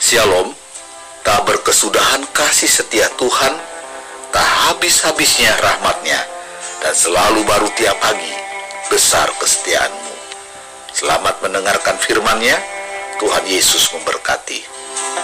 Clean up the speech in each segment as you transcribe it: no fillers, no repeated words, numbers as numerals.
Shalom, tak berkesudahan kasih setia Tuhan, tak habis-habisnya rahmat-Nya, dan selalu baru tiap pagi, besar kesetiaan-Mu. Selamat mendengarkan firman-Nya. Tuhan Yesus memberkati.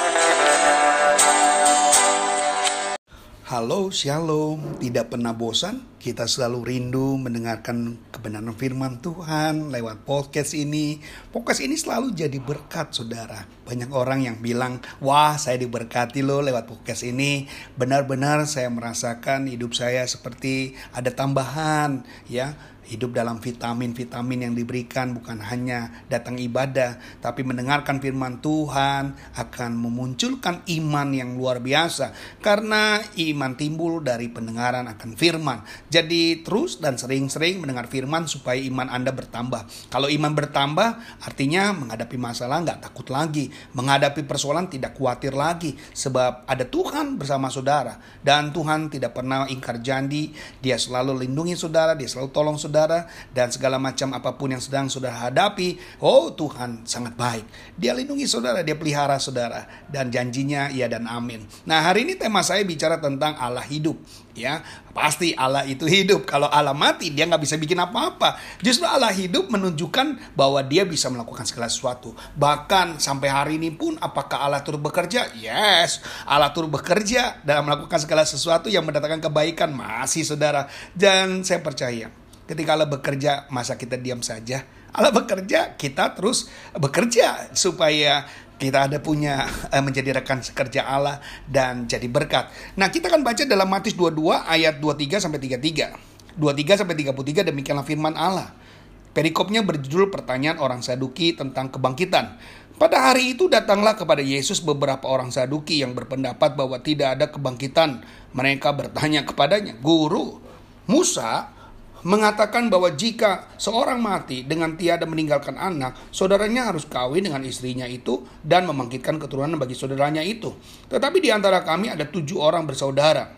Halo, shalom. Tidak pernah bosan? Kita selalu rindu mendengarkan kebenaran firman Tuhan lewat podcast ini. Podcast ini selalu jadi berkat, saudara. Banyak orang yang bilang, wah, saya diberkati loh lewat podcast ini. Benar-benar saya merasakan hidup saya seperti ada tambahan, ya. Hidup dalam vitamin-vitamin yang diberikan, bukan hanya datang ibadah, tapi mendengarkan firman Tuhan akan memunculkan iman yang luar biasa. Karena iman timbul dari pendengaran akan firman. Jadi terus dan sering-sering mendengar firman supaya iman Anda bertambah. Kalau iman bertambah, artinya menghadapi masalah nggak takut lagi. Menghadapi persoalan tidak khawatir lagi. Sebab ada Tuhan bersama saudara. Dan Tuhan tidak pernah ingkar janji. Dia selalu lindungi saudara, Dia selalu tolong saudara. Dan segala macam apapun yang sedang saudara hadapi, oh Tuhan sangat baik. Dia lindungi saudara, Dia pelihara saudara, dan janjinya ya dan amin. Nah, hari ini tema saya bicara tentang Allah hidup. Ya, pasti Allah itu hidup. Kalau Allah mati, Dia nggak bisa bikin apa-apa. Justru Allah hidup menunjukkan bahwa Dia bisa melakukan segala sesuatu. Bahkan sampai hari ini pun, apakah Allah turut bekerja? Yes, Allah turut bekerja dalam melakukan segala sesuatu yang mendatangkan kebaikan. Masih saudara. Dan saya percaya, ketika Allah bekerja, masa kita diam saja? Allah bekerja, kita terus bekerja supaya kita ada punya menjadi rekan sekerja Allah dan jadi berkat. Nah, kita akan baca dalam Matius 22 ayat 23 sampai 33. 23 sampai 33 demikianlah firman Allah. Perikopnya berjudul pertanyaan orang Saduki tentang kebangkitan. Pada hari itu datanglah kepada Yesus beberapa orang Saduki yang berpendapat bahwa tidak ada kebangkitan. Mereka bertanya kepadanya, "Guru, Musa mengatakan bahwa jika seorang mati dengan tiada meninggalkan anak, saudaranya harus kawin dengan istrinya itu dan membangkitkan keturunan bagi saudaranya itu. Tetapi di antara kami ada 7 orang bersaudara.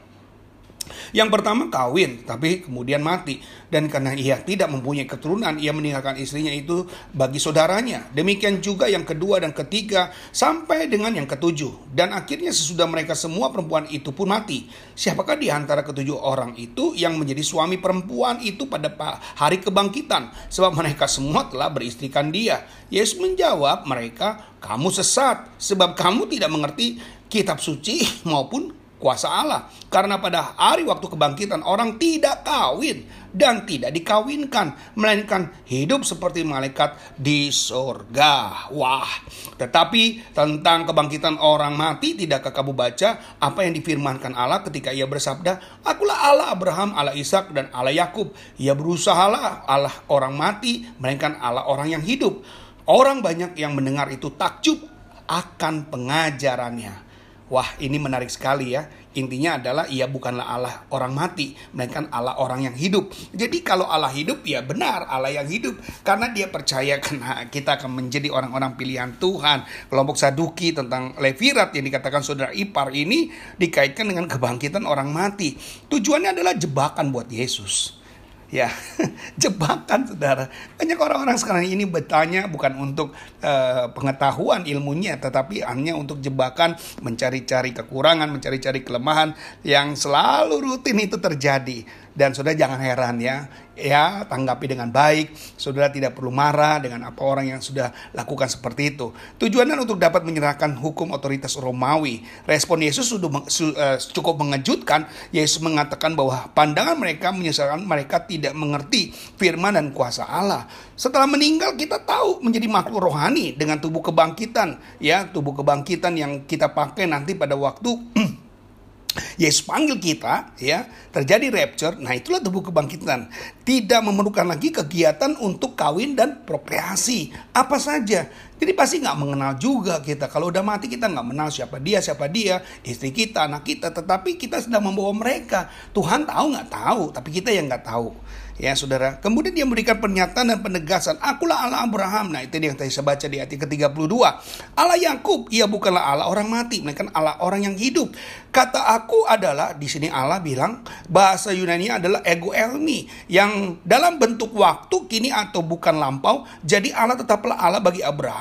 Yang pertama kawin, tapi kemudian mati. Dan karena ia tidak mempunyai keturunan, ia meninggalkan istrinya itu bagi saudaranya. Demikian juga yang kedua dan ketiga, sampai dengan yang ketujuh. Dan akhirnya sesudah mereka semua perempuan itu pun mati. Siapakah di antara ketujuh orang itu yang menjadi suami perempuan itu pada hari kebangkitan? Sebab mereka semua telah beristrikan dia." Yesus menjawab mereka, "Kamu sesat, sebab kamu tidak mengerti kitab suci maupun kuasa Allah. Karena pada hari waktu kebangkitan orang tidak kawin dan tidak dikawinkan, melainkan hidup seperti malaikat di surga." Wah, tetapi tentang kebangkitan orang mati, tidakkah kamu baca apa yang difirmankan Allah ketika ia bersabda, "Akulah Allah Abraham, Allah Ishak dan Allah Yakub." Ia berusahalah Allah orang mati, melainkan Allah orang yang hidup. Orang banyak yang mendengar itu takjub akan pengajarannya. Wah, ini menarik sekali ya. Intinya adalah ia bukanlah Allah orang mati, melainkan Allah orang yang hidup. Jadi kalau Allah hidup, ya benar Allah yang hidup. Karena Dia percaya karena kita akan menjadi orang-orang pilihan Tuhan. Kelompok Saduki tentang Levirat yang dikatakan saudara ipar ini dikaitkan dengan kebangkitan orang mati. Tujuannya adalah jebakan buat Yesus. Ya, jebakan saudara. Banyak orang-orang sekarang ini bertanya bukan untuk pengetahuan ilmunya, tetapi hanya untuk jebakan, mencari-cari kekurangan, mencari-cari kelemahan yang selalu rutin itu terjadi. Dan saudara jangan heran ya tanggapi dengan baik. Saudara tidak perlu marah dengan apa orang yang sudah lakukan seperti itu. Tujuannya untuk dapat menyerahkan hukum otoritas Romawi. Respon Yesus sudah cukup mengejutkan. Yesus mengatakan bahwa pandangan mereka menyesalkan mereka tidak mengerti firman dan kuasa Allah. Setelah meninggal kita tahu menjadi makhluk rohani dengan tubuh kebangkitan. Ya, tubuh kebangkitan yang kita pakai nanti pada waktu Yesus panggil kita, ya, terjadi rapture. Nah, itulah tubuh kebangkitan. Tidak memerlukan lagi kegiatan untuk kawin dan prokreasi. Apa saja. Jadi pasti gak mengenal juga kita. Kalau udah mati kita gak mengenal siapa dia, istri kita, anak kita. Tetapi kita sedang membawa mereka. Tuhan tahu gak tahu, tapi kita yang gak tahu. Ya saudara, kemudian Dia memberikan pernyataan dan penegasan, "Akulah Allah Abraham." Nah, itu yang tadi saya baca di ayat ke-32. Allah Yakub, ia bukanlah Allah orang mati, melainkan Allah orang yang hidup. Kata "aku" adalah, di sini Allah bilang, bahasa Yunani adalah ego elmi, yang dalam bentuk waktu kini atau bukan lampau. Jadi Allah tetaplah Allah bagi Abraham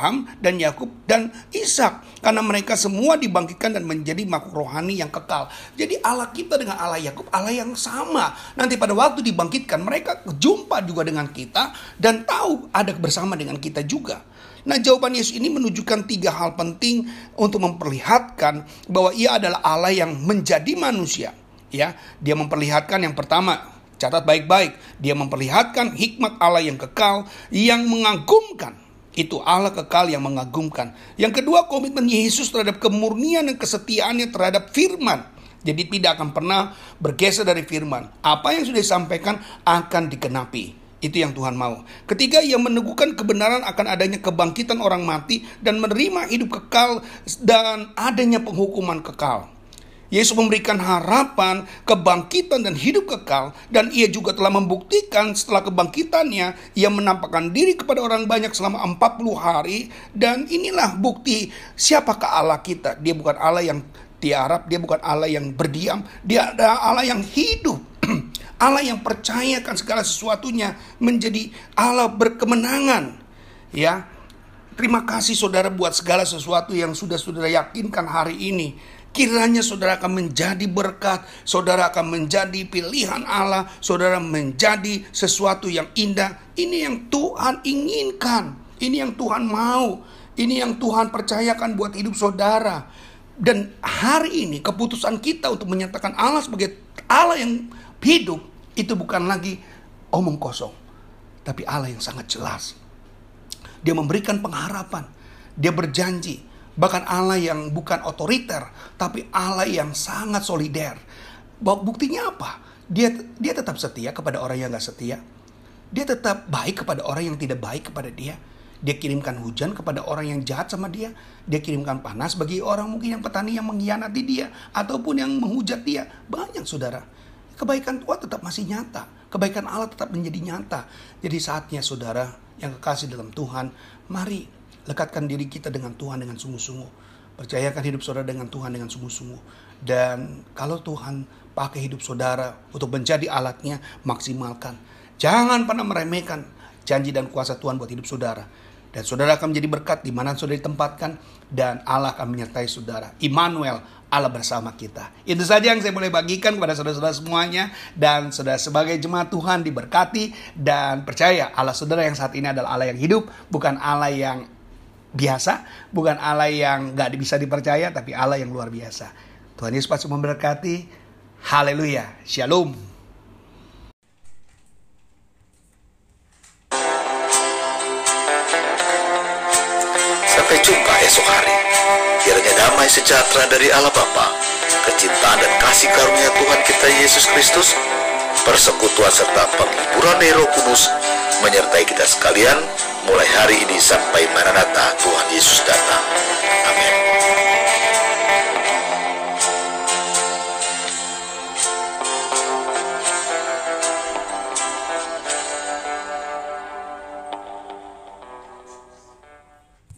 Abraham dan Yakub dan Ishak, karena mereka semua dibangkitkan dan menjadi makhluk rohani yang kekal. Jadi Allah kita dengan Allah Yakub Allah yang sama. Nanti pada waktu dibangkitkan mereka jumpa juga dengan kita dan tahu ada bersama dengan kita juga. Nah, jawaban Yesus ini menunjukkan 3 hal penting untuk memperlihatkan bahwa Ia adalah Allah yang menjadi manusia. Ya, Dia memperlihatkan yang pertama, catat baik-baik, Dia memperlihatkan hikmat Allah yang kekal, yang mengagumkan. Itu Allah kekal yang mengagumkan. Yang kedua, komitmen Yesus terhadap kemurnian dan kesetiaannya terhadap firman. Jadi tidak akan pernah bergeser dari firman. Apa yang sudah disampaikan akan digenapi. Itu yang Tuhan mau. Ketiga, Ia meneguhkan kebenaran akan adanya kebangkitan orang mati dan menerima hidup kekal dan adanya penghukuman kekal. Yesus memberikan harapan, kebangkitan dan hidup kekal, dan Ia juga telah membuktikan setelah kebangkitannya, Ia menampakkan diri kepada orang banyak selama 40 hari, dan inilah bukti siapakah Allah kita. Dia bukan Allah yang tiarap, Dia bukan Allah yang berdiam, Dia adalah Allah yang hidup. Allah yang percayakan segala sesuatunya menjadi Allah berkemenangan. Ya, terima kasih saudara buat segala sesuatu yang sudah saudara yakinkan hari ini. Kiranya saudara akan menjadi berkat, saudara akan menjadi pilihan Allah, saudara menjadi sesuatu yang indah. Ini yang Tuhan inginkan, ini yang Tuhan mau, ini yang Tuhan percayakan buat hidup saudara. Dan hari ini keputusan kita untuk menyatakan Allah sebagai Allah yang hidup itu bukan lagi omong kosong, tapi Allah yang sangat jelas. Dia memberikan pengharapan, Dia berjanji, bahkan Allah yang bukan otoriter, tapi Allah yang sangat solider. Buktinya apa? Dia tetap setia kepada orang yang gak setia. Dia tetap baik kepada orang yang tidak baik kepada dia. Dia kirimkan hujan kepada orang yang jahat sama dia. Dia kirimkan panas bagi orang mungkin yang petani yang mengkhianati dia, ataupun yang menghujat dia. Banyak saudara. Kebaikan Tuhan tetap masih nyata. Kebaikan Allah tetap menjadi nyata. Jadi saatnya saudara yang kekasih dalam Tuhan, mari lekatkan diri kita dengan Tuhan dengan sungguh-sungguh. Percayakan hidup saudara dengan Tuhan dengan sungguh-sungguh. Dan kalau Tuhan pakai hidup saudara untuk menjadi alatnya, maksimalkan. Jangan pernah meremehkan janji dan kuasa Tuhan buat hidup saudara. Dan saudara akan menjadi berkat di mana saudara ditempatkan. Dan Allah akan menyertai saudara. Immanuel, Allah bersama kita. Itu saja yang saya boleh bagikan kepada saudara-saudara semuanya. Dan saudara sebagai jemaat Tuhan diberkati. Dan percaya Allah saudara yang saat ini adalah Allah yang hidup. Bukan Allah yang biasa. Bukan Allah yang gak bisa dipercaya. Tapi Allah yang luar biasa. Tuhan Yesus pasti memberkati. Haleluya. Shalom. Sampai jumpa esok hari. Kiranya damai sejahtera dari Allah Bapa, kecintaan dan kasih karunia Tuhan kita Yesus Kristus, persekutuan serta penghiburan Roh Kudus menyertai kita sekalian mulai hari ini sampai Maranatha Tuhan Yesus datang. Amin.